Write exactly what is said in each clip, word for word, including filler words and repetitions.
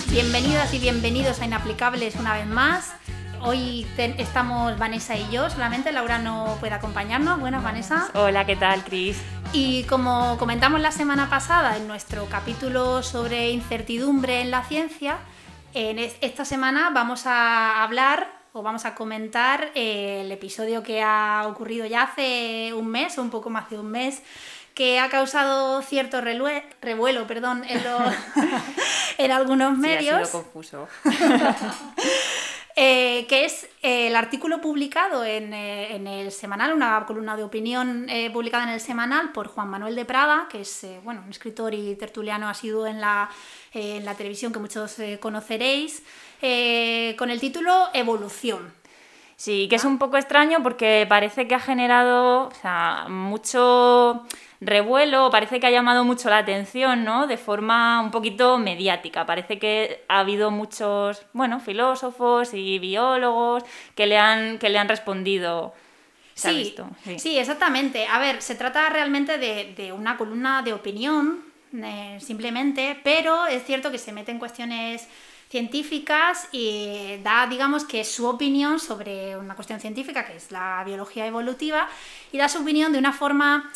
Bienvenidas y bienvenidos a Inaplicables una vez más. Hoy te- estamos Vanessa y yo, solamente Laura no puede acompañarnos. Buenas, Vanessa. Hola, ¿qué tal, Cris? Y como comentamos la semana pasada en nuestro capítulo sobre incertidumbre en la ciencia, en es- esta semana vamos a hablar o vamos a comentar eh, el episodio que ha ocurrido ya hace un mes o un poco más de un mes, que ha causado cierto relue- revuelo perdón, en, los- en algunos medios. Sí, ha sido confuso. Eh, que es eh, el artículo publicado en, eh, en el Semanal, una columna de opinión eh, publicada en el Semanal por Juan Manuel de Prada, que es eh, bueno, un escritor y tertuliano asiduo en la, eh, en la televisión que muchos eh, conoceréis, eh, con el título Evolución. Sí, que es un poco extraño porque parece que ha generado, o sea, mucho revuelo, parece que ha llamado mucho la atención, ¿no? De forma un poquito mediática. Parece que ha habido muchos, bueno, filósofos y biólogos que le han, que le han respondido. ¿Se ha Sí, visto? Sí. sí, exactamente. A ver, se trata realmente de, de una columna de opinión, eh, simplemente, pero es cierto que se mete en cuestiones científicas y da, digamos, que su opinión sobre una cuestión científica, que es la biología evolutiva, y da su opinión de una forma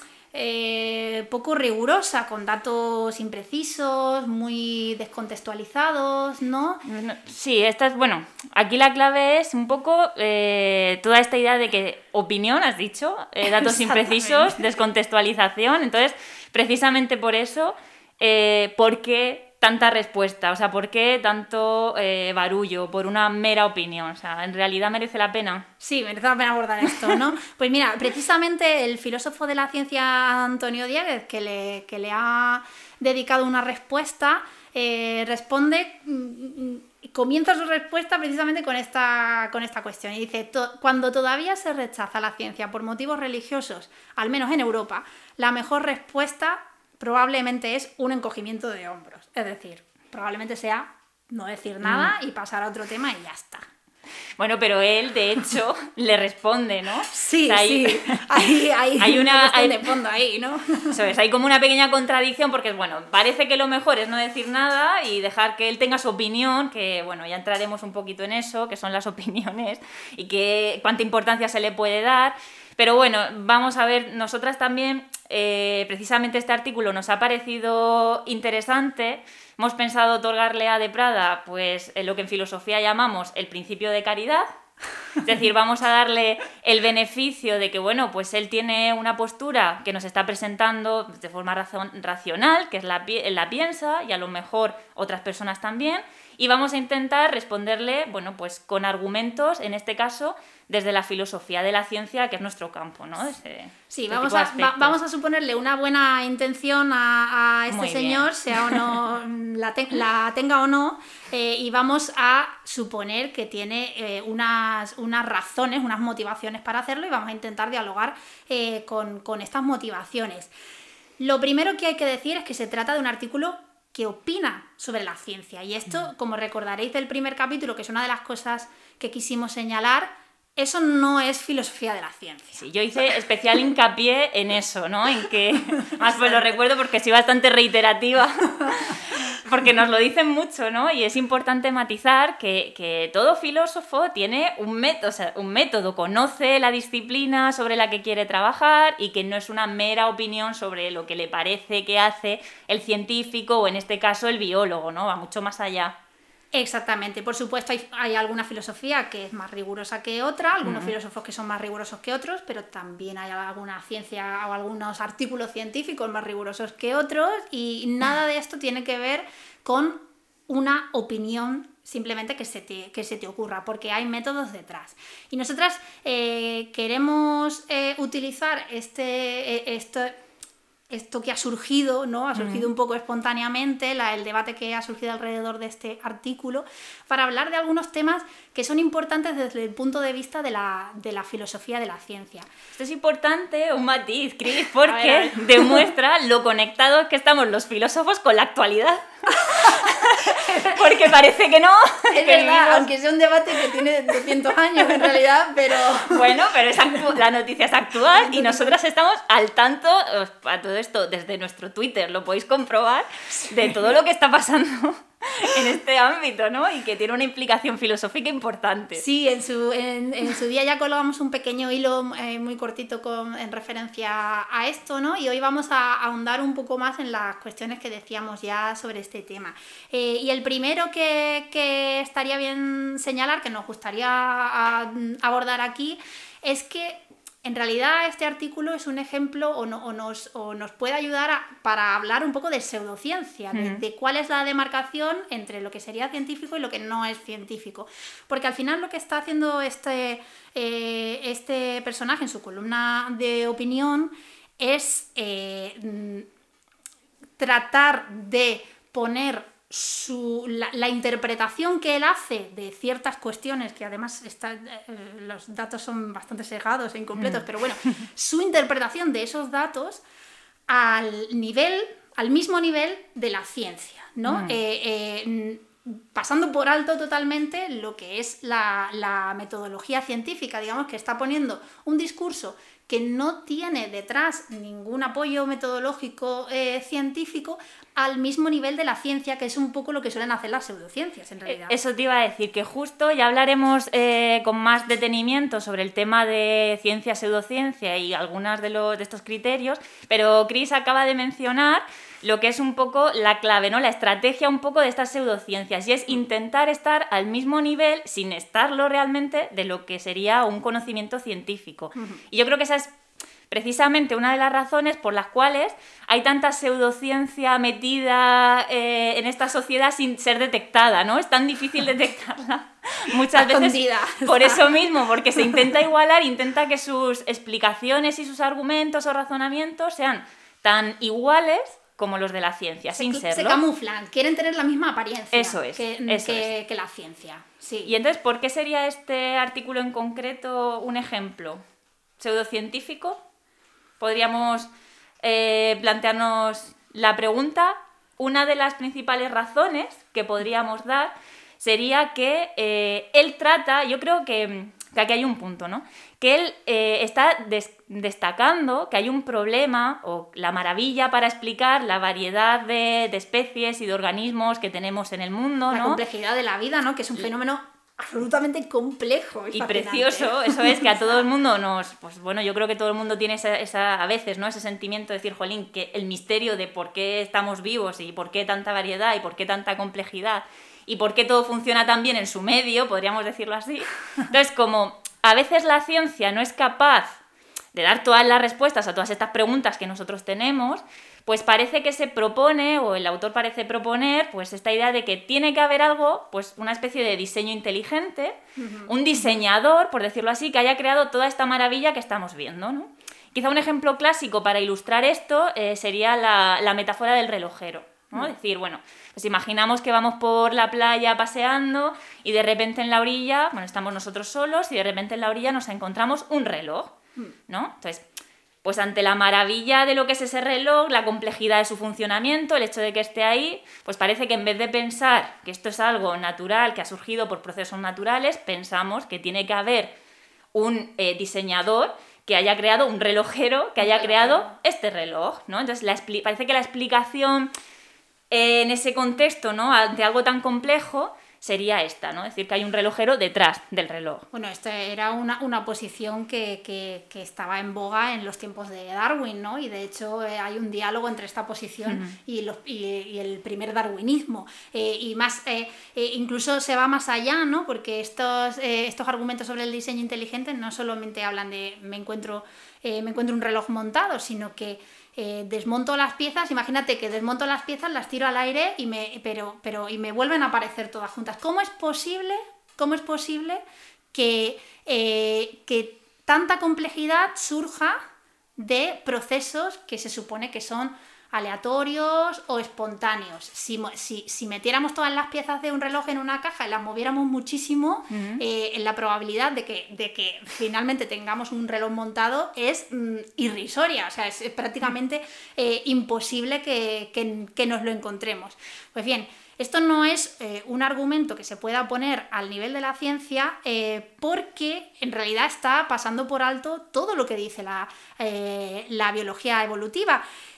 eh, poco rigurosa, con datos imprecisos, muy descontextualizados, ¿no? No, Sí, esta es, bueno, aquí la clave es un poco eh, toda esta idea de que opinión, has dicho, eh, datos imprecisos, descontextualización. Entonces, precisamente por eso, eh, ¿por qué tanta respuesta? O sea, ¿por qué tanto eh, barullo por una mera opinión? O sea, ¿en realidad merece la pena? Sí, merece la pena abordar esto, ¿no? Pues mira, precisamente el filósofo de la ciencia Antonio Dieguez, que le, que le ha dedicado una respuesta, eh, responde, mm, comienza su respuesta precisamente con esta, con esta cuestión. Y dice, "To- cuando todavía se rechaza la ciencia por motivos religiosos, al menos en Europa, la mejor respuesta probablemente es un encogimiento de hombros. Es decir, probablemente sea no decir nada y pasar a otro tema y ya está". Bueno, pero él, de hecho, le responde, ¿no? Sí, O sea, hay- sí, hay, hay, hay una- cuestión hay- de fondo ahí, ¿no? Eso es, hay como una pequeña contradicción porque, bueno, parece que lo mejor es no decir nada y dejar que él tenga su opinión, que, bueno, ya entraremos un poquito en eso, que son las opiniones y que cuánta importancia se le puede dar. Pero bueno, vamos a ver, nosotras también, eh, precisamente este artículo nos ha parecido interesante. Hemos pensado otorgarle a De Prada, pues, eh, lo que en filosofía llamamos el principio de caridad. Es decir, vamos a darle el beneficio de que, bueno, pues él tiene una postura que nos está presentando de forma razon- racional, que es la, pi- él la piensa, y a lo mejor otras personas también, y vamos a intentar responderle, bueno, pues con argumentos, en este caso, desde la filosofía de la ciencia, que es nuestro campo, ¿no? Ese- Sí, ese vamos tipo de a, va- aspectos. vamos a suponerle una buena intención a, a este Muy bien. señor, sea o no, la, te- la tenga o no, eh, y vamos a suponer que tiene eh, unas, unas razones, unas motivaciones para hacerlo, y vamos a intentar dialogar eh, con, con estas motivaciones. Lo primero que hay que decir es que se trata de un artículo que opina sobre la ciencia, y esto, como recordaréis del primer capítulo, que es una de las cosas que quisimos señalar, eso no es filosofía de la ciencia. Sí, yo hice especial hincapié en eso, ¿no? En que, más pues lo recuerdo porque soy bastante reiterativa, porque nos lo dicen mucho, ¿no? Y es importante matizar que, que todo filósofo tiene un método, o sea, un método, conoce la disciplina sobre la que quiere trabajar y que no es una mera opinión sobre lo que le parece que hace el científico o en este caso el biólogo, ¿no? Va mucho más allá. Exactamente, por supuesto hay, hay alguna filosofía que es más rigurosa que otra, algunos filósofos que son más rigurosos que otros, pero también hay alguna ciencia o algunos artículos científicos más rigurosos que otros, y nada de esto tiene que ver con una opinión simplemente que se te, que se te ocurra, porque hay métodos detrás. Y nosotras eh, queremos eh, utilizar este, eh, esto, esto que ha surgido, ¿no? Ha surgido un poco espontáneamente, la, el debate que ha surgido alrededor de este artículo, para hablar de algunos temas que son importantes desde el punto de vista de la, de la filosofía de la ciencia. Esto es importante, un matiz, Cris, A porque ver, a ver. demuestra lo conectados que estamos los filósofos con la actualidad. Porque parece que no. Es que verdad, vivimos- aunque sea un debate que tiene doscientos años en realidad, pero... Bueno, pero es actu- la noticia es actual y nosotras estamos al tanto, os- a todo esto, desde nuestro Twitter, lo podéis comprobar, de todo lo que está pasando en este, este ámbito, ¿no? Y que tiene una implicación filosófica importante. Sí, en su, en, en su día ya colgamos un pequeño hilo eh, muy cortito con, en referencia a esto, ¿no? Y hoy vamos a ahondar un poco más en las cuestiones que decíamos ya sobre este tema. Eh, y el primero que, que estaría bien señalar, que nos gustaría a, abordar aquí, es que en realidad este artículo es un ejemplo o, no, o, nos, o nos puede ayudar a, para hablar un poco de pseudociencia, de, uh-huh. de cuál es la demarcación entre lo que sería científico y lo que no es científico. Porque al final lo que está haciendo este, eh, este personaje en su columna de opinión es eh, tratar de poner Su, la, la interpretación que él hace de ciertas cuestiones, que además está, eh, los datos son bastante sesgados e incompletos, mm. pero bueno, su interpretación de esos datos al nivel, al mismo nivel de la ciencia, ¿no? Mm. Eh, eh, pasando por alto totalmente lo que es la, la metodología científica, digamos, que está poniendo un discurso que no tiene detrás ningún apoyo metodológico eh, científico al mismo nivel de la ciencia, que es un poco lo que suelen hacer las pseudociencias, en realidad. Eso te iba a decir, que justo ya hablaremos eh, con más detenimiento sobre el tema de ciencia, pseudociencia y algunos de, los, de estos criterios, pero Chris acaba de mencionar lo que es un poco la clave, ¿no? La estrategia un poco de estas pseudociencias, y es intentar estar al mismo nivel, sin estarlo realmente, de lo que sería un conocimiento científico. Uh-huh. Y yo creo que esa es precisamente una de las razones por las cuales hay tanta pseudociencia metida eh, en esta sociedad sin ser detectada, ¿no? Es tan difícil detectarla muchas veces escondida. Por eso mismo, porque se intenta igualar, intenta que sus explicaciones y sus argumentos o razonamientos sean tan iguales como los de la ciencia, se, sin serlo. Se camuflan, quieren tener la misma apariencia eso es, que, eso que, es. que la ciencia. Sí. Y entonces, ¿por qué sería este artículo en concreto un ejemplo pseudocientífico? Podríamos eh, plantearnos la pregunta. Una de las principales razones que podríamos dar sería que eh, él trata, yo creo que, que aquí hay un punto, ¿no? Que él eh, está des- destacando que hay un problema o la maravilla para explicar la variedad de, de especies y de organismos que tenemos en el mundo, la ¿no? complejidad de la vida, ¿no? Que es un fenómeno absolutamente complejo y, y precioso, eso es, que a todo el mundo nos, pues bueno, yo creo que todo el mundo tiene esa, esa, a veces, ¿no? Ese sentimiento de decir, jolín, que el misterio de por qué estamos vivos y por qué tanta variedad y por qué tanta complejidad y por qué todo funciona tan bien en su medio, podríamos decirlo así. Entonces, como a veces la ciencia no es capaz de dar todas las respuestas a todas estas preguntas que nosotros tenemos, pues parece que se propone, o el autor parece proponer, pues esta idea de que tiene que haber algo, pues una especie de diseño inteligente, uh-huh. un diseñador, por decirlo así, que haya creado toda esta maravilla que estamos viendo, ¿no? Quizá un ejemplo clásico para ilustrar esto eh, sería la, la metáfora del relojero, ¿no? Uh-huh. Es decir, bueno, pues imaginamos que vamos por la playa paseando y de repente en la orilla, bueno, estamos nosotros solos y de repente en la orilla nos encontramos un reloj, ¿no? Entonces, pues ante la maravilla de lo que es ese reloj, la complejidad de su funcionamiento, el hecho de que esté ahí, pues parece que en vez de pensar que esto es algo natural, que ha surgido por procesos naturales, pensamos que tiene que haber un eh, diseñador que haya creado un relojero, que haya creado este reloj, ¿no? Entonces la expli- parece que la explicación eh, en ese contexto, ¿no? Ante algo tan complejo, sería esta, ¿no? Es decir, que hay un relojero detrás del reloj. Bueno, esta era una, una posición que, que, que estaba en boga en los tiempos de Darwin, ¿no? Y de hecho eh, hay un diálogo entre esta posición uh-huh. y, los, y, y el primer darwinismo. Eh, y más, eh, eh, incluso se va más allá, ¿no? Porque estos, eh, estos argumentos sobre el diseño inteligente no solamente hablan de me encuentro, eh, me encuentro un reloj montado, sino que Eh, desmonto las piezas, imagínate que desmonto las piezas, las tiro al aire y me, pero, pero, y me vuelven a aparecer todas juntas. ¿Cómo es posible, cómo es posible que, eh, que tanta complejidad surja de procesos que se supone que son aleatorios o espontáneos? Si, si, si metiéramos todas las piezas de un reloj en una caja y las moviéramos muchísimo, uh-huh. eh, la probabilidad de que, de que finalmente tengamos un reloj montado es mm, irrisoria, o sea, es, es prácticamente eh, imposible que, que, que nos lo encontremos. Pues bien, esto no es eh, un argumento que se pueda poner al nivel de la ciencia eh, porque en realidad está pasando por alto todo lo que dice la, eh, la biología evolutiva.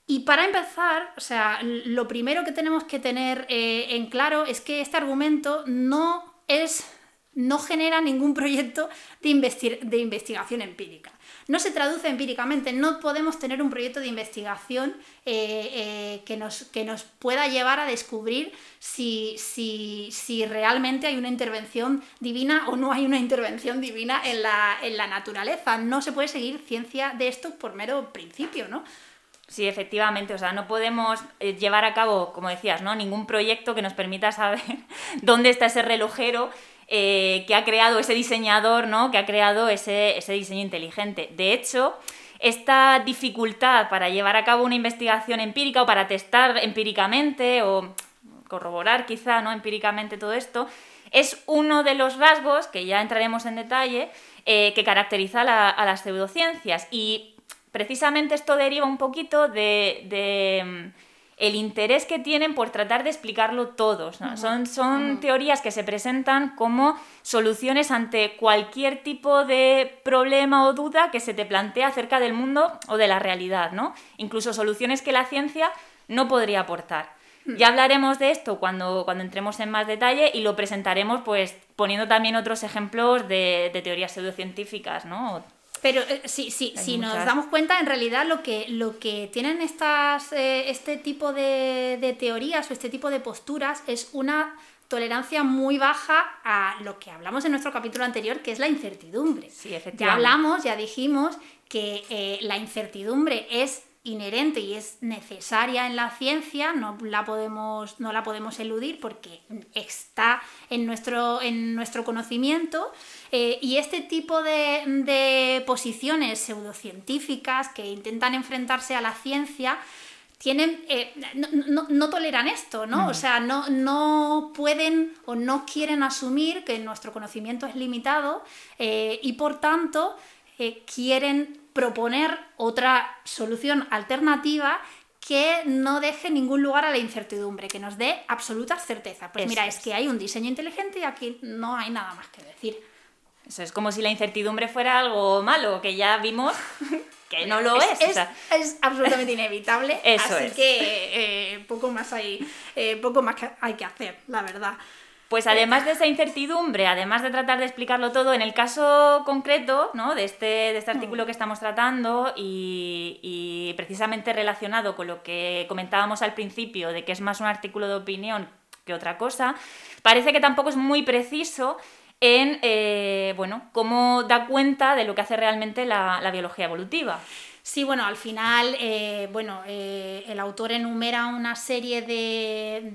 Y para empezar, o sea, lo primero que tenemos que tener eh, en claro es que este argumento no es, no genera ningún proyecto de, investi- de investigación empírica. No se traduce empíricamente, no podemos tener un proyecto de investigación eh, eh, que, nos, que nos pueda llevar a descubrir si, si, si realmente hay una intervención divina o no hay una intervención divina en la, en la naturaleza. No se puede seguir ciencia de esto por mero principio, ¿no? Sí, efectivamente, o sea, no podemos eh, llevar a cabo, como decías, ¿no? Ningún proyecto que nos permita saber dónde está ese relojero eh, que ha creado ese diseñador, ¿no? Que ha creado ese, ese diseño inteligente. De hecho, esta dificultad para llevar a cabo una investigación empírica o para testar empíricamente o corroborar quizá, ¿no? Empíricamente todo esto, es uno de los rasgos, que ya entraremos en detalle, eh, que caracteriza a, la, a las pseudociencias. Y precisamente esto deriva un poquito de, de el interés que tienen por tratar de explicarlo todos, ¿no? Uh-huh. Son, son uh-huh. teorías que se presentan como soluciones ante cualquier tipo de problema o duda que se te plantea acerca del mundo o de la realidad, ¿no? Incluso soluciones que la ciencia no podría aportar. Uh-huh. Ya hablaremos de esto cuando, cuando entremos en más detalle y lo presentaremos pues poniendo también otros ejemplos de, de teorías pseudocientíficas, ¿no? Pero eh, sí, sí, si nos damos cuenta, en realidad lo que, lo que tienen estas, eh, este tipo de, de teorías o este tipo de posturas es una tolerancia muy baja a lo que hablamos en nuestro capítulo anterior, que es la incertidumbre. Sí, efectivamente. Ya hablamos, ya dijimos que eh, la incertidumbre es inherente y es necesaria en la ciencia, no la podemos, no la podemos eludir porque está en nuestro, en nuestro conocimiento, eh, y este tipo de, de posiciones pseudocientíficas que intentan enfrentarse a la ciencia tienen, eh, no, no, no toleran esto, ¿no? Mm. O sea, no, no pueden o no quieren asumir que nuestro conocimiento es limitado eh, y por tanto eh, quieren proponer otra solución alternativa que no deje ningún lugar a la incertidumbre, que nos dé absoluta certeza. Pues Eso mira, es. es que hay un diseño inteligente y aquí no hay nada más que decir. Eso es como si la incertidumbre fuera algo malo, que ya vimos que no lo es. Es, es, o sea. es absolutamente inevitable, Eso así es. que eh, poco más hay, eh, poco más que hay que hacer, la verdad. Pues además de esa incertidumbre, además de tratar de explicarlo todo, en el caso concreto, ¿no? de, este, de este artículo que estamos tratando y, y precisamente relacionado con lo que comentábamos al principio, de que es más un artículo de opinión que otra cosa, parece que tampoco es muy preciso en eh, bueno, cómo da cuenta de lo que hace realmente la, la biología evolutiva. Sí, bueno, al final, eh, bueno, eh, el autor enumera una serie de...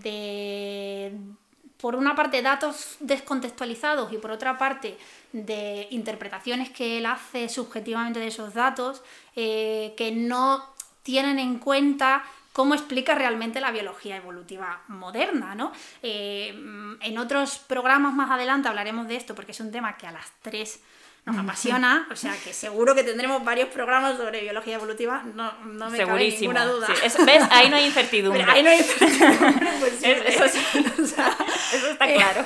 de por una parte, datos descontextualizados y por otra parte, de interpretaciones que él hace subjetivamente de esos datos eh, que no tienen en cuenta cómo explica realmente la biología evolutiva moderna, ¿no? Eh, en otros programas más adelante hablaremos de esto porque es un tema que a las tres nos apasiona, o sea que seguro que tendremos varios programas sobre biología evolutiva, no, no me cabe ninguna duda. Sí. Es, ¿ves? Ahí no hay incertidumbre. Pero ahí no hay incertidumbre, pues sí, es, eso, sí. O sea, eso está eh, claro.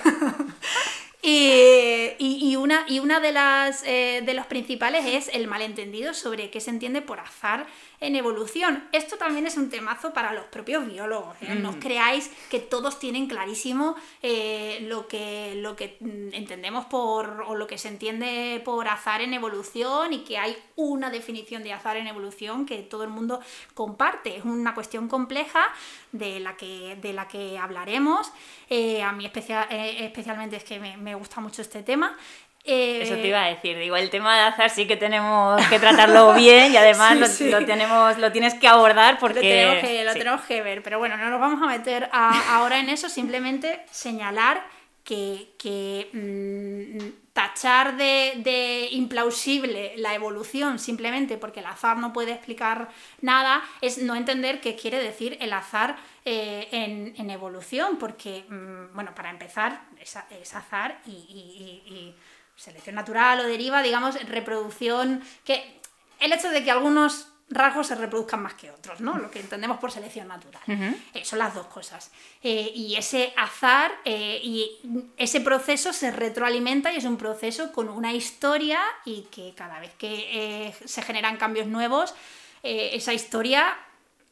Y, y, y una, y una de, las, eh, de los principales es el malentendido sobre qué se entiende por azar en evolución. Esto también es un temazo para los propios biólogos, ¿eh? Mm. No os creáis que todos tienen clarísimo eh, lo, que, lo que entendemos por, o lo que se entiende por azar en evolución y que hay una definición de azar en evolución que todo el mundo comparte. Es una cuestión compleja de la que, de la que hablaremos. Eh, a mí especial, eh, especialmente es que me, me gusta mucho este tema. Eh... Eso te iba a decir, digo, el tema de azar sí que tenemos que tratarlo bien y además sí, lo, sí. Lo, tenemos, lo tienes que abordar porque... Lo tenemos que, lo sí. tenemos que ver, pero bueno, no nos vamos a meter a, ahora en eso, simplemente señalar que, que mmm, tachar de, de implausible la evolución simplemente porque el azar no puede explicar nada es no entender qué quiere decir el azar eh, en, en evolución, porque, mmm, bueno, para empezar, es, es azar y... y, y, y selección natural o deriva, digamos, reproducción, que el hecho de que algunos rasgos se reproduzcan más que otros, ¿no? Lo que entendemos por selección natural. Uh-huh. Eh, son las dos cosas. Eh, y ese azar eh, y ese proceso se retroalimenta y es un proceso con una historia y que cada vez que eh, se generan cambios nuevos, eh, esa historia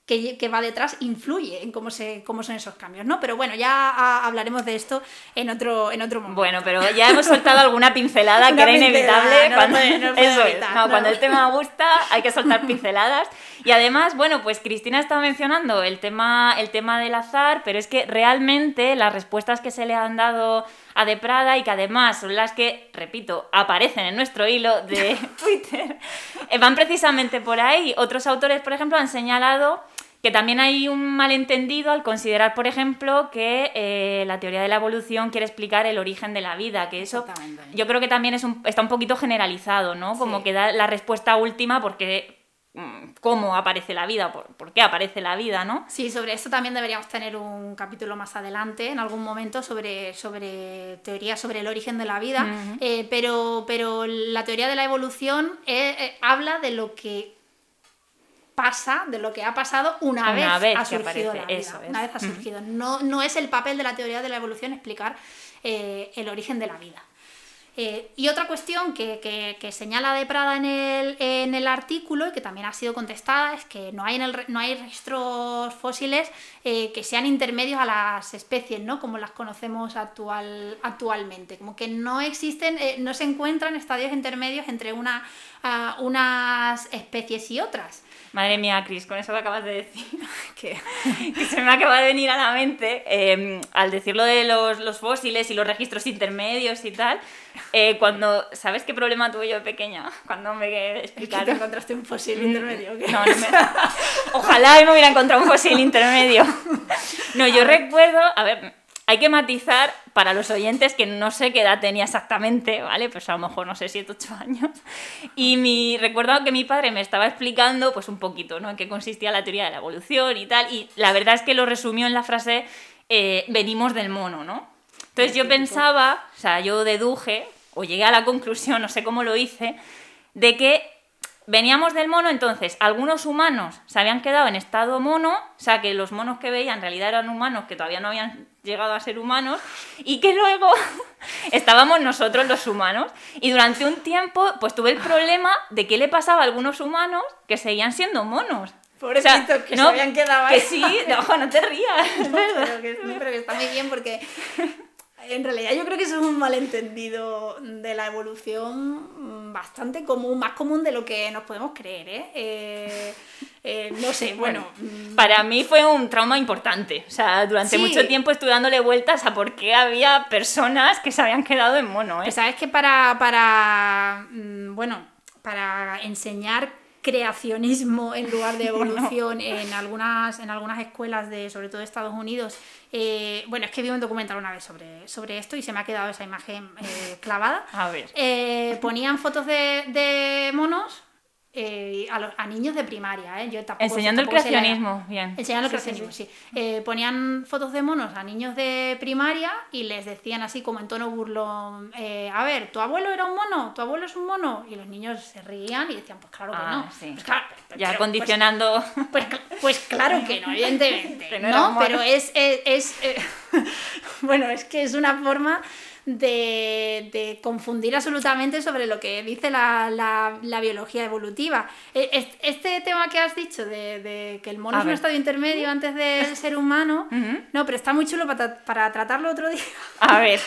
que, que va detrás influye en cómo, se, cómo son esos cambios, ¿no? Pero bueno, ya a, hablaremos de esto en otro, en otro momento. Bueno, pero ya hemos soltado alguna pincelada que era inevitable. No, cuando, no eso evitar, es, no, no. Cuando el tema gusta hay que soltar pinceladas. Y además, bueno, pues Cristina estaba mencionando el tema, el tema del azar, pero es que realmente las respuestas que se le han dado a De Prada y que además son las que, repito, aparecen en nuestro hilo de Twitter, van precisamente por ahí. Otros autores, por ejemplo, han señalado que también hay un malentendido al considerar, por ejemplo, que eh, la teoría de la evolución quiere explicar el origen de la vida, que eso yo creo que también es un, está un poquito generalizado, ¿no? Como sí. que da la respuesta última porque cómo aparece la vida, por, por qué aparece la vida, ¿no? Sí, sobre esto también deberíamos tener un capítulo más adelante, en algún momento, sobre, sobre teoría sobre el origen de la vida, uh-huh. eh, pero, pero la teoría de la evolución eh, eh, habla de lo que pasa, de lo que ha pasado una, una vez, vez ha surgido la vida. Eso es. Una vez ha surgido. Uh-huh. No, no es el papel de la teoría de la evolución explicar eh, el origen de la vida. Eh, y otra cuestión que, que, que señala De Prada en el, en el artículo y que también ha sido contestada es que no hay, en el, no hay registros fósiles eh, que sean intermedios a las especies, ¿no? Como las conocemos actual, actualmente. Como que no existen, eh, no se encuentran estadios intermedios entre una, uh, unas especies y otras. Madre mía, Cris, con eso que acabas de decir, que, que se me acaba de venir a la mente, eh, al decir lo de los, los fósiles y los registros intermedios y tal, eh, cuando, ¿sabes qué problema tuve yo de pequeña? Cuando me explicaron... ¿Te encontraste un fósil intermedio? ¿Qué? No, no me... Ojalá me hubiera encontrado un fósil intermedio. No, yo recuerdo, a ver... Hay que matizar para los oyentes que no sé qué edad tenía exactamente, ¿vale? Pues a lo mejor, no sé, siete, ocho años. Y mi, recuerdo que mi padre me estaba explicando pues un poquito, ¿no? En qué consistía la teoría de la evolución y tal. Y la verdad es que lo resumió en la frase, eh, venimos del mono, ¿no? Entonces yo pensaba, o sea, yo deduje, o llegué a la conclusión, no sé cómo lo hice, de que veníamos del mono, entonces algunos humanos se habían quedado en estado mono, o sea, que los monos que veían en realidad eran humanos que todavía no habían llegado a ser humanos, y que luego estábamos nosotros los humanos. Y durante un tiempo pues tuve el problema de qué le pasaba a algunos humanos que seguían siendo monos. Pobrecitos, o sea, que no, se habían quedado ahí. Que sí, no, ojo, no te rías. No, pero, que, no, pero que está muy bien porque... En realidad yo creo que eso es un malentendido de la evolución bastante común, más común de lo que nos podemos creer, ¿eh? eh, eh no sé, bueno... bueno para mí fue un trauma importante, o sea, durante sí. mucho tiempo estuve dándole vueltas a por qué había personas que se habían quedado en mono, ¿eh? Pues sabes que para, para, bueno, para enseñar creacionismo en lugar de evolución no. en, algunas, en algunas escuelas de, sobre todo de Estados Unidos, eh, bueno, es que vi un documental una vez sobre, sobre esto y se me ha quedado esa imagen eh, clavada. A ver. Eh, ponían fotos de, de monos eh, a, los, a niños de primaria, ¿eh? Yo tampoco, enseñando tampoco el creacionismo, bien. Enseñando el sí, creacionismo, sí. sí. sí. Eh, ponían fotos de monos a niños de primaria y les decían así como en tono burlón, eh, a ver, ¿tu abuelo era un mono? ¿Tu abuelo es un mono? Y los niños se reían y decían, pues claro que ah, no. Sí. Pues claro, ya pero, condicionando... Pues, pues, pues claro que no, evidentemente. no, ¿no? Pero es... es, es eh, bueno, es que es una forma... De, de confundir absolutamente sobre lo que dice la, la, la biología evolutiva. Este tema que has dicho de, de que el mono a es ver. un estado intermedio antes del ser humano, uh-huh. no, pero está muy chulo para, para tratarlo otro día. A ver.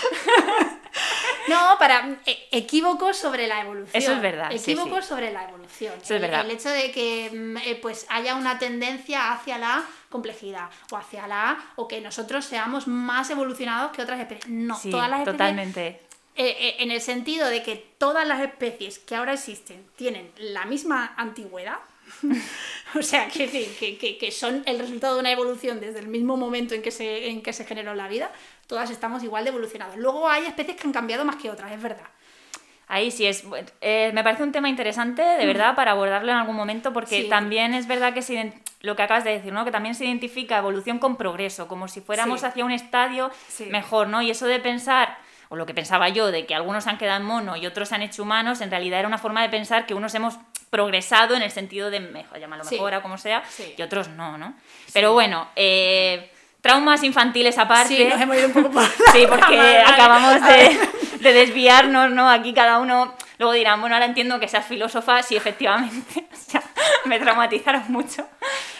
No, para eh, equívocos sobre la evolución. Eso es verdad. Equívocos sí, sí. sobre la evolución. Eso es verdad. El, el hecho de que eh, pues haya una tendencia hacia la complejidad o hacia la o que nosotros seamos más evolucionados que otras especies. No, sí, todas las especies. Totalmente. Eh, eh, en el sentido de que todas las especies que ahora existen tienen la misma antigüedad. O sea, que, que, que, que son el resultado de una evolución desde el mismo momento en que, se, en que se generó la vida, todas estamos igual de evolucionadas. Luego hay especies que han cambiado más que otras, es verdad. Ahí sí es. Eh, me parece un tema interesante, de verdad, para abordarlo en algún momento, porque sí. también es verdad que se, lo que acabas de decir, ¿no? Que también se identifica evolución con progreso, como si fuéramos sí. hacia un estadio sí. mejor, ¿no? Y eso de pensar, o lo que pensaba yo, de que algunos se han quedado en mono y otros se han hecho humanos, en realidad era una forma de pensar que unos hemos progresado en el sentido de mejor, llámalo sí. mejor o como sea, sí. y otros no, ¿no? Sí. Pero bueno, eh, traumas infantiles aparte. Sí, nos hemos ido un poco por Sí, porque acabamos de, de desviarnos, ¿no? Aquí cada uno luego dirán, bueno, ahora entiendo que seas filósofa, sí, efectivamente, o sea, me traumatizaron mucho.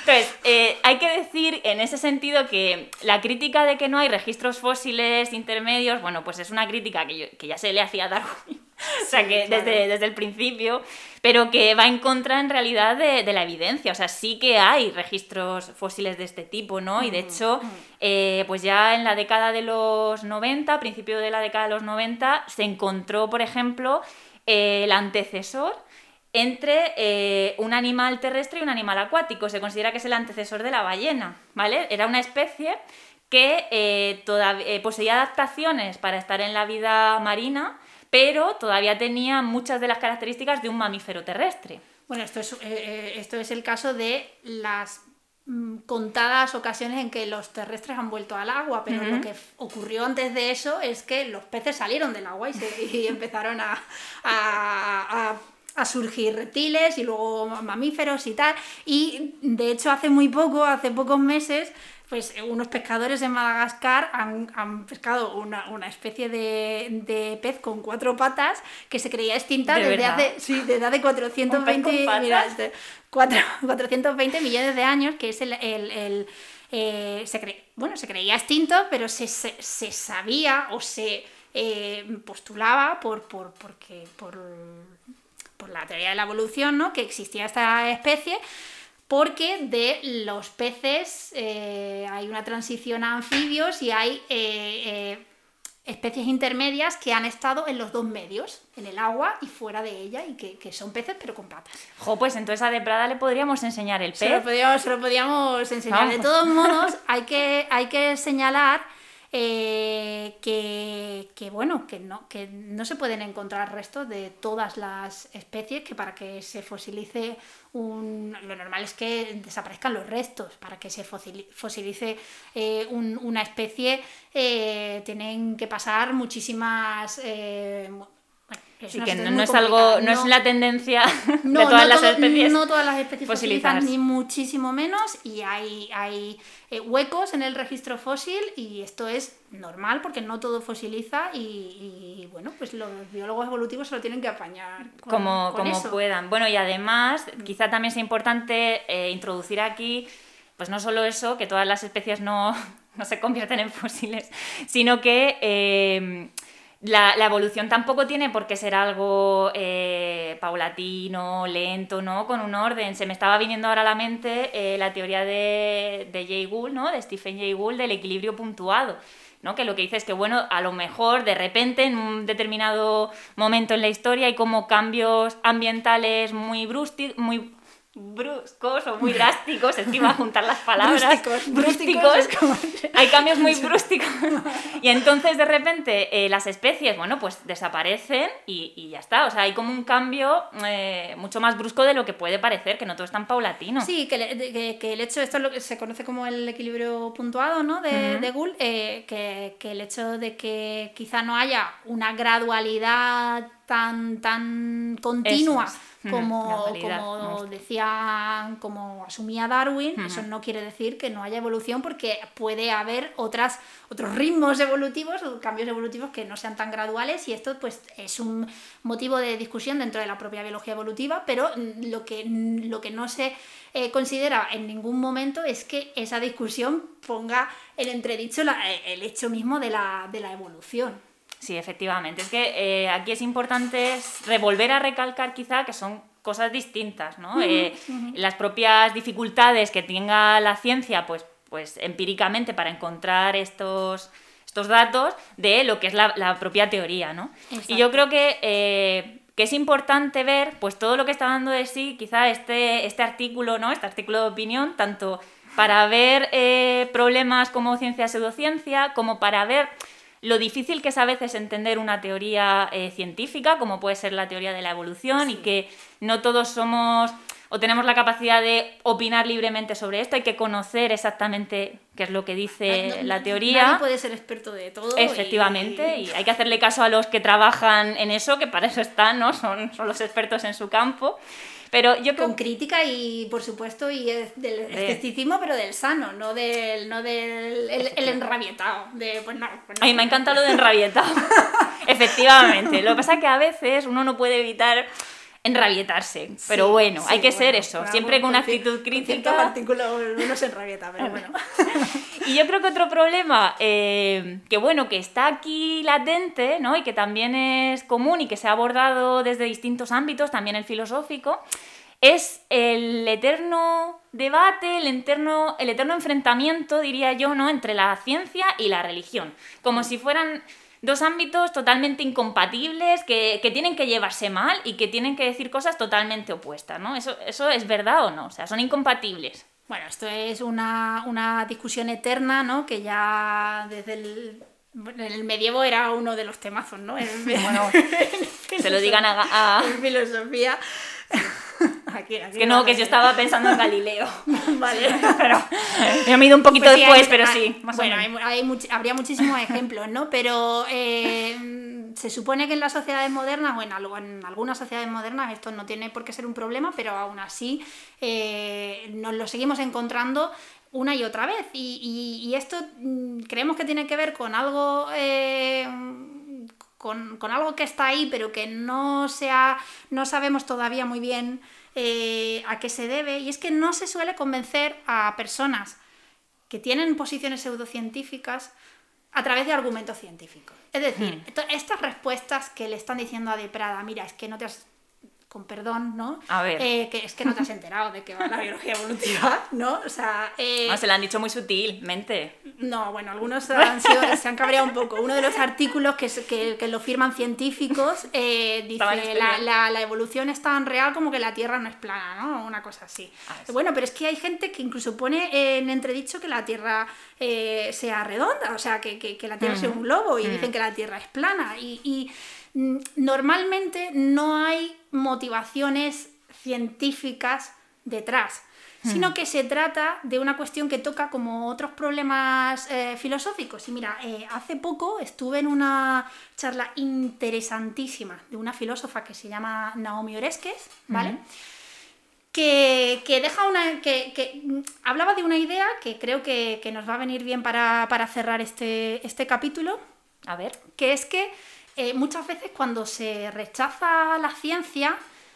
Entonces, eh, hay que decir en ese sentido que la crítica de que no hay registros fósiles intermedios, bueno, pues es una crítica que, yo, que ya se le hacía a Darwin, o sea, que claro. desde, desde el principio, pero que va en contra en realidad de, de la evidencia, o sea, sí que hay registros fósiles de este tipo, ¿no? Y de hecho, eh, pues ya en la década de los noventa, principio de la década de los noventa, se encontró, por ejemplo, eh, el antecesor entre eh, un animal terrestre y un animal acuático. Se considera que es el antecesor de la ballena, ¿vale? Era una especie que eh, todavía, eh, poseía adaptaciones para estar en la vida marina, pero todavía tenía muchas de las características de un mamífero terrestre. Bueno, esto es, eh, esto es el caso de las mm, contadas ocasiones en que los terrestres han vuelto al agua, pero uh-huh. lo que ocurrió antes de eso es que los peces salieron del agua y, se, y empezaron a... a, a a surgir reptiles y luego mamíferos y tal, y de hecho hace muy poco, hace pocos meses, pues unos pescadores en Madagascar han, han pescado una, una especie de, de pez con cuatro patas que se creía extinta ¿De desde hace, sí, desde hace cuatrocientos veinte, mira, este, cuatro, cuatrocientos veinte millones de años, que es el... el, el eh, se cre, bueno, se creía extinto, pero se, se, se sabía o se eh, postulaba por, por, porque, por por la teoría de la evolución, ¿no? Que existía esta especie, porque de los peces eh, hay una transición a anfibios y hay eh, eh, especies intermedias que han estado en los dos medios, en el agua y fuera de ella, y que, que son peces pero con patas. Jo, pues entonces a De Prada le podríamos enseñar el pez. Se lo podríamos, se lo podríamos enseñar. Vamos. De todos modos, hay que, hay que señalar Eh, que, que bueno, que no, que no se pueden encontrar restos de todas las especies, que para que se fosilice un, lo normal es que desaparezcan los restos. Para que se fosilice eh, un, una especie eh, tienen que pasar muchísimas eh, Es sí, que no, no es algo, no, no es la tendencia no, de todas no las todo, especies. No todas las especies fosilizan, ni muchísimo menos, y hay, hay eh, huecos en el registro fósil, y esto es normal porque no todo fosiliza, y, y bueno, pues los biólogos evolutivos se lo tienen que apañar con, como, con como eso. puedan. Bueno, y además, quizá también sea importante eh, introducir aquí, pues no solo eso, que todas las especies no, no se convierten en fósiles, sino que Eh, La, la evolución tampoco tiene por qué ser algo eh, paulatino, lento, ¿no? Con un orden. Se me estaba viniendo ahora a la mente eh, la teoría de, de Jay Gould, ¿no? De Stephen Jay Gould, del equilibrio puntuado, ¿no? Que lo que dice es que, bueno, a lo mejor de repente en un determinado momento en la historia hay como cambios ambientales muy bruscos, muy bruscos o muy drásticos, encima juntar las palabras, brústicos, brústicos, brústicos como... hay cambios muy brústicos, y entonces de repente eh, las especies, bueno, pues desaparecen y, y ya está, o sea, hay como un cambio eh, mucho más brusco de lo que puede parecer, que no todo es tan paulatino. Sí, que, le, que, que el hecho, esto es lo que se conoce como el equilibrio puntuado, ¿no? de, uh-huh. de Gould, eh, que, que el hecho de que quizá no haya una gradualidad tan, tan continua como, como decía, como asumía Darwin, uh-huh. eso no quiere decir que no haya evolución, porque puede haber otras, otros ritmos evolutivos o cambios evolutivos que no sean tan graduales, y esto pues es un motivo de discusión dentro de la propia biología evolutiva, pero lo que, lo que no se eh, considera en ningún momento es que esa discusión ponga en entredicho la, el hecho mismo de la, de la evolución. Sí, efectivamente. Es que eh, aquí es importante revolver a recalcar quizá que son cosas distintas, ¿no? Uh-huh, eh, uh-huh. Las propias dificultades que tenga la ciencia, pues, pues empíricamente para encontrar estos, estos datos de lo que es la, la propia teoría, ¿no? Exacto. Y yo creo que, eh, que es importante ver pues todo lo que está dando de sí quizá este, este artículo, ¿no? Este artículo de opinión, tanto para ver eh, problemas como ciencia-pseudociencia, como para ver lo difícil que es a veces entender una teoría eh, científica, como puede ser la teoría de la evolución, sí. Y que no todos somos o tenemos la capacidad de opinar libremente sobre esto, hay que conocer exactamente qué es lo que dice no, no, la teoría. Nadie puede ser experto de todo. Efectivamente, y... y hay que hacerle caso a los que trabajan en eso, que para eso están, ¿no? Son, son los expertos en su campo. Pero yo creo... Con crítica y, por supuesto, y del escepticismo, pero del sano, no del, no del el, el enrabietado. De, pues no, pues no. A mí me encanta lo de enrabietado. Efectivamente. Lo que pasa es que a veces uno no puede evitar enrabietarse. Pero sí, bueno, sí, hay que bueno, ser eso, siempre con una actitud crítica. Con artículos uno se enrabieta, pero bueno. Y yo creo que otro problema, eh, que bueno, que está aquí latente, ¿no? Y que también es común y que se ha abordado desde distintos ámbitos, también el filosófico, es el eterno debate, el eterno, el eterno enfrentamiento, diría yo, ¿no? Entre la ciencia y la religión. Como si fueran dos ámbitos totalmente incompatibles, que, que tienen que llevarse mal y que tienen que decir cosas totalmente opuestas, ¿no? ¿Eso, eso es verdad o no? O sea, son incompatibles. Bueno, esto es una, una discusión eterna, ¿no? Que ya desde el... En el medievo era uno de los temazos, ¿no? En, bueno, se lo digan a... a... En filosofía... Aquí, aquí es que no, que yo estaba pensando en Galileo. Vale. Pero yo me he ido un poquito pues sí, después, hay, pero hay, sí, más bueno, o menos. Hay, hay much, habría muchísimos ejemplos, ¿no? Pero eh, se supone que en las sociedades modernas, o en, algo, en algunas sociedades modernas, esto no tiene por qué ser un problema, pero aún así eh, nos lo seguimos encontrando una y otra vez. Y, y, y esto mm, creemos que tiene que ver con algo... Eh, Con, con algo que está ahí, pero que no, sea, no sabemos todavía muy bien eh, a qué se debe, y es que no se suele convencer a personas que tienen posiciones pseudocientíficas a través de argumentos científicos. Es decir, hmm. estas respuestas que le están diciendo a De Prada, mira, es que no te has... con perdón, ¿no? A ver. Eh, que es que no te has enterado de que va la biología evolutiva, ¿no? O sea... Eh, no, se lo han dicho muy sutilmente. No, bueno, algunos han sido, se han cabreado un poco. Uno de los artículos que, que, que lo firman científicos eh, dice la, la, la evolución es tan real como que la Tierra no es plana, ¿no? Una cosa así. Ah, bueno, pero es que hay gente que incluso pone en entredicho que la Tierra eh, sea redonda, o sea, que, que, que la Tierra uh-huh. sea un globo, y uh-huh. dicen que la Tierra es plana. Y... y normalmente no hay motivaciones científicas detrás, hmm. sino que se trata de una cuestión que toca como otros problemas eh, filosóficos. Y mira, eh, hace poco estuve en una charla interesantísima de una filósofa que se llama Naomi Oreskes, ¿vale? Hmm. Que, que deja una que, que hablaba de una idea que creo que, que nos va a venir bien para, para cerrar este, este capítulo. A ver. Que es que Eh, muchas veces cuando se rechaza la ciencia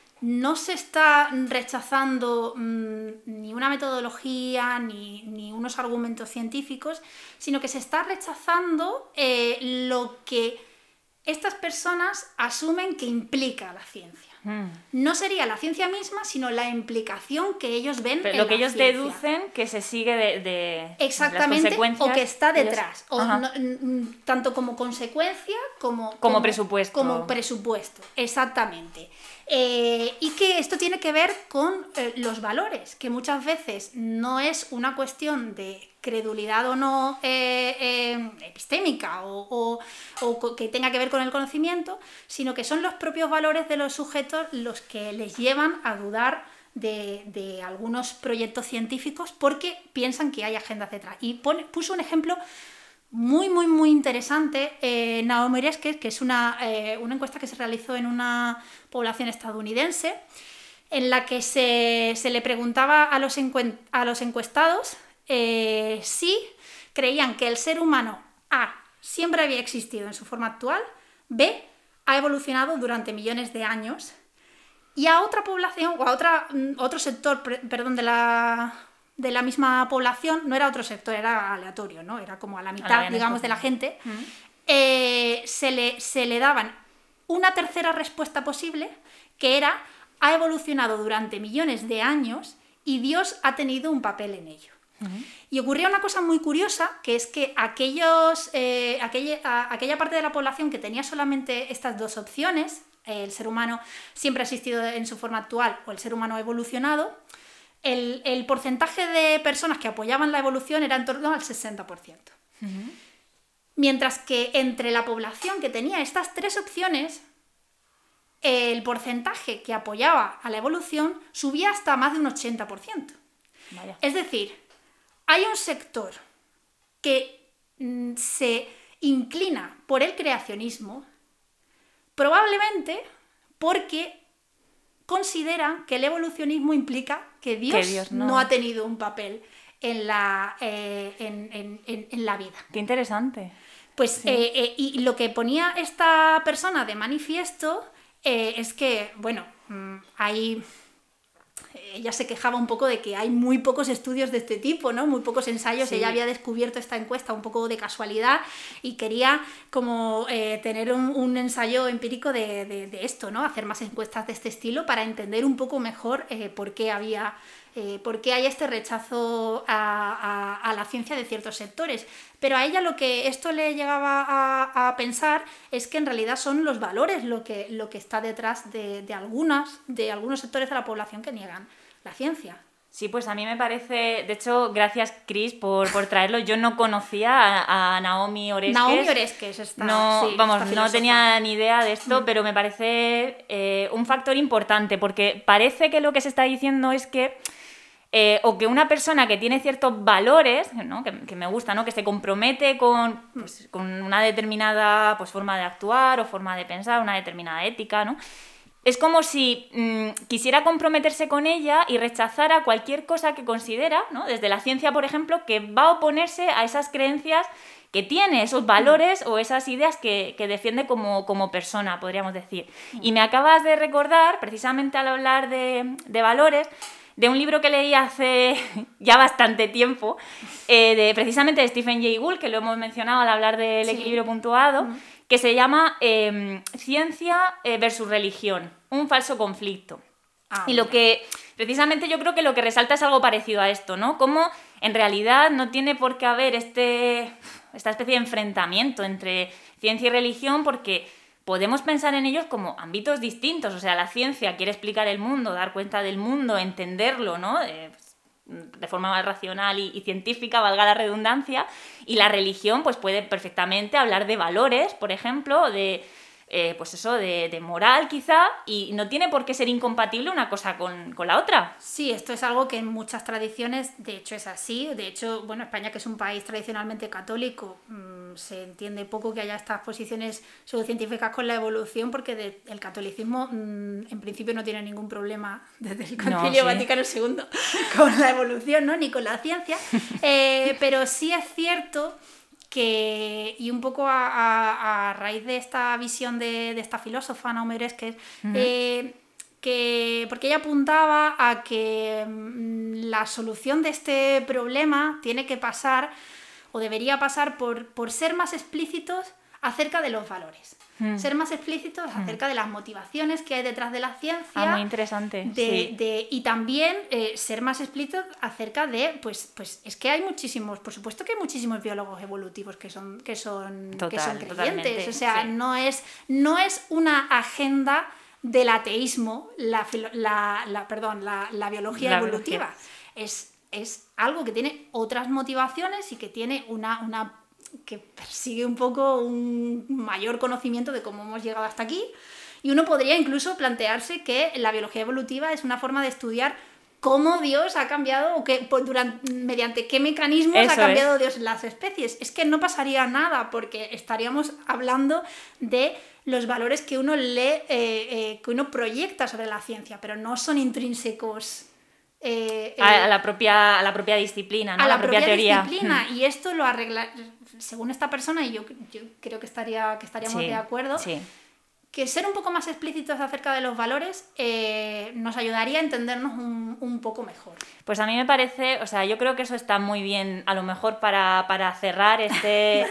no se está rechazando mmm, ni una metodología ni, ni unos argumentos científicos, sino que se está rechazando eh, lo que estas personas asumen que implica la ciencia. Mm. No sería la ciencia misma, sino la implicación que ellos ven Pero en lo que la ellos ciencia. deducen que se sigue de, de exactamente, las consecuencias. O que está detrás, ellos... o no, tanto como consecuencia como, como, como presupuesto. Como presupuesto, exactamente. Eh, y que esto tiene que ver con eh, los valores, que muchas veces no es una cuestión de credulidad o no eh, eh, epistémica o, o, o que tenga que ver con el conocimiento, sino que son los propios valores de los sujetos los que les llevan a dudar de, de algunos proyectos científicos porque piensan que hay agendas detrás. Y pone, puso un ejemplo muy, muy, muy interesante, eh, Naomi Oreskes, que es una, eh, una encuesta que se realizó en una población estadounidense, en la que se, se le preguntaba a los, encuen, a los encuestados eh, si creían que el ser humano, A, siempre había existido en su forma actual, B, ha evolucionado durante millones de años, y a otra población, o a otra, otro sector, perdón, de la... de la misma población, no era otro sector, era aleatorio, ¿no? Era como a la mitad, a la digamos, de la gente, uh-huh. eh, se, le, se le daban una tercera respuesta posible, que era, ha evolucionado durante millones de años y Dios ha tenido un papel en ello. Uh-huh. Y ocurría una cosa muy curiosa, que es que aquellos, eh, aquella, a, aquella parte de la población que tenía solamente estas dos opciones, eh, el ser humano siempre ha existido en su forma actual o el ser humano ha evolucionado, El, el porcentaje de personas que apoyaban la evolución era en torno al sesenta por ciento. Uh-huh. Mientras que entre la población que tenía estas tres opciones, el porcentaje que apoyaba a la evolución subía hasta más de un ochenta por ciento. Vaya. Es decir, hay un sector que mm, se inclina por el creacionismo, probablemente porque consideran que el evolucionismo implica que Dios, que Dios no. no ha tenido un papel en la, eh, en, en, en, en la vida. Qué interesante. Pues sí. eh, eh, y lo que ponía esta persona de manifiesto eh, es que, bueno, mmm, hay... Ella se quejaba un poco de que hay muy pocos estudios de este tipo, ¿no? Muy pocos ensayos. Sí. Ella había descubierto esta encuesta un poco de casualidad y quería como eh, tener un, un ensayo empírico de, de, de esto, ¿no? Hacer más encuestas de este estilo para entender un poco mejor eh, por qué había... Eh, por qué hay este rechazo a, a, a la ciencia de ciertos sectores. Pero a ella lo que esto le llegaba a, a pensar es que en realidad son los valores lo que, lo que está detrás de, de, algunas, de algunos sectores de la población que niegan la ciencia. Sí, pues a mí me parece... De hecho, gracias, Cris, por, por traerlo. Yo no conocía a, a Naomi Oreskes. Naomi Oreskes está... No, sí, vamos, esta no tenía ni idea de esto, mm. pero me parece eh, un factor importante, porque parece que lo que se está diciendo es que Eh, o que una persona que tiene ciertos valores, ¿no? que, que me gusta, ¿no? Que se compromete con, pues, con una determinada pues, forma de actuar o forma de pensar, una determinada ética, ¿no? Es como si mmm, quisiera comprometerse con ella y rechazara cualquier cosa que considera, ¿no? Desde la ciencia, por ejemplo, que va a oponerse a esas creencias que tiene, esos valores o esas ideas que, que defiende como, como persona, podríamos decir. Y me acabas de recordar, precisamente al hablar de, de valores, de un libro que leí hace ya bastante tiempo, eh, de, precisamente de Stephen Jay Gould, que lo hemos mencionado al hablar del sí. equilibrio puntuado, uh-huh. que se llama eh, Ciencia versus Religión, un falso conflicto. Ah, y lo que, precisamente yo creo que lo que resalta es algo parecido a esto, ¿no? Como en realidad no tiene por qué haber este, esta especie de enfrentamiento entre ciencia y religión, porque podemos pensar en ellos como ámbitos distintos. O sea, la ciencia quiere explicar el mundo, dar cuenta del mundo, entenderlo, ¿no? Eh, de forma más racional y, y científica, valga la redundancia, y la religión pues puede perfectamente hablar de valores, por ejemplo, de... Eh, pues eso, de, de moral quizá, y no tiene por qué ser incompatible una cosa con, con la otra. Sí, esto es algo que en muchas tradiciones, de hecho es así. De hecho, bueno, España, que es un país tradicionalmente católico, mmm, se entiende poco que haya estas posiciones pseudocientíficas con la evolución, porque de, el catolicismo mmm, en principio no tiene ningún problema desde el Concilio no, sí. Vaticano segundo con la evolución, ¿no? Ni con la ciencia, eh, pero sí es cierto que, y un poco a, a, a raíz de esta visión de, de esta filósofa, Naomi Oreskes, uh-huh. eh, que, porque ella apuntaba a que mmm, la solución de este problema tiene que pasar, o debería pasar, por, por ser más explícitos acerca de los valores. Hmm. Ser más explícitos hmm. acerca de las motivaciones que hay detrás de la ciencia. Ah, muy interesante. De, sí. de, y también eh, ser más explícitos acerca de, pues, pues es que hay muchísimos, por supuesto que hay muchísimos biólogos evolutivos que son, que son, Total, que son creyentes. O sea, sí. no, es, no es una agenda del ateísmo, la, la, la, perdón, la, la biología la evolutiva. Biología. Es, es algo que tiene otras motivaciones y que tiene una... una que persigue un poco un mayor conocimiento de cómo hemos llegado hasta aquí, y uno podría incluso plantearse que la biología evolutiva es una forma de estudiar cómo Dios ha cambiado, o que, durante, mediante qué mecanismos Eso ha cambiado es. Dios las especies. Es que no pasaría nada, porque estaríamos hablando de los valores que uno lee, eh, eh, que uno proyecta sobre la ciencia, pero no son intrínsecos Eh, eh, a, a, la propia, a la propia disciplina, ¿no? A la, la propia, propia teoría. disciplina. Y esto lo arregla, según esta persona, y yo, yo creo que, estaría, que estaríamos sí, de acuerdo, sí. que ser un poco más explícitos acerca de los valores eh, nos ayudaría a entendernos un, un poco mejor. Pues a mí me parece, o sea, yo creo que eso está muy bien, a lo mejor para, para cerrar este,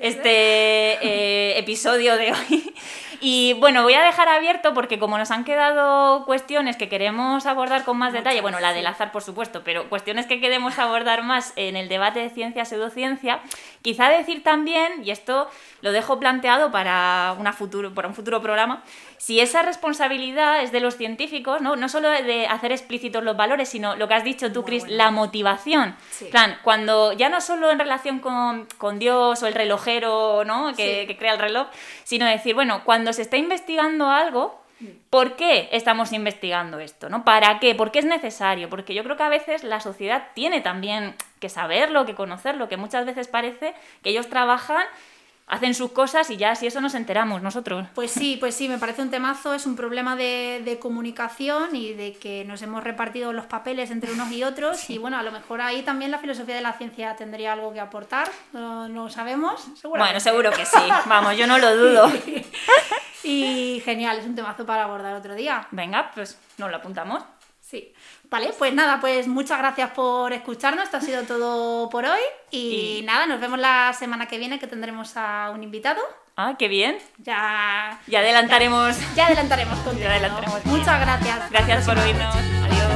este eh, episodio de hoy. Y bueno, voy a dejar abierto, porque como nos han quedado cuestiones que queremos abordar con más Muchas, detalle, bueno, la del azar por supuesto, pero cuestiones que queremos abordar más en el debate de ciencia-pseudociencia, quizá decir también, y esto lo dejo planteado para, una futuro, para un futuro programa, si esa responsabilidad es de los científicos, ¿no? No solo de hacer explícitos los valores, sino lo que has dicho tú, Cris, bueno. la motivación. Sí. Plan, cuando ya no solo en relación con, con Dios o el relojero, ¿no? que, sí. que crea el reloj, sino decir, bueno, cuando se está investigando algo, ¿por qué estamos investigando esto? ¿No? ¿Para qué? ¿Por qué es necesario? Porque yo creo que a veces la sociedad tiene también que saberlo, que conocerlo, que muchas veces parece que ellos trabajan, hacen sus cosas y ya si eso nos enteramos nosotros. Pues sí, pues sí, me parece un temazo, es un problema de, de comunicación y de que nos hemos repartido los papeles entre unos y otros sí. y bueno, a lo mejor ahí también la filosofía de la ciencia tendría algo que aportar, no, no sabemos, seguramente. Bueno, seguro que sí, vamos, yo no lo dudo. Y genial, es un temazo para abordar otro día. Venga, pues nos lo apuntamos. Sí. Vale, pues nada, pues muchas gracias por escucharnos. Esto ha sido todo por hoy. Y, y... nada, nos vemos la semana que viene, que tendremos a un invitado. Ah, qué bien. Ya, ya adelantaremos. Ya, ya adelantaremos contenido. Ya adelantaremos. Muchas gracias. Gracias por oírnos. Adiós.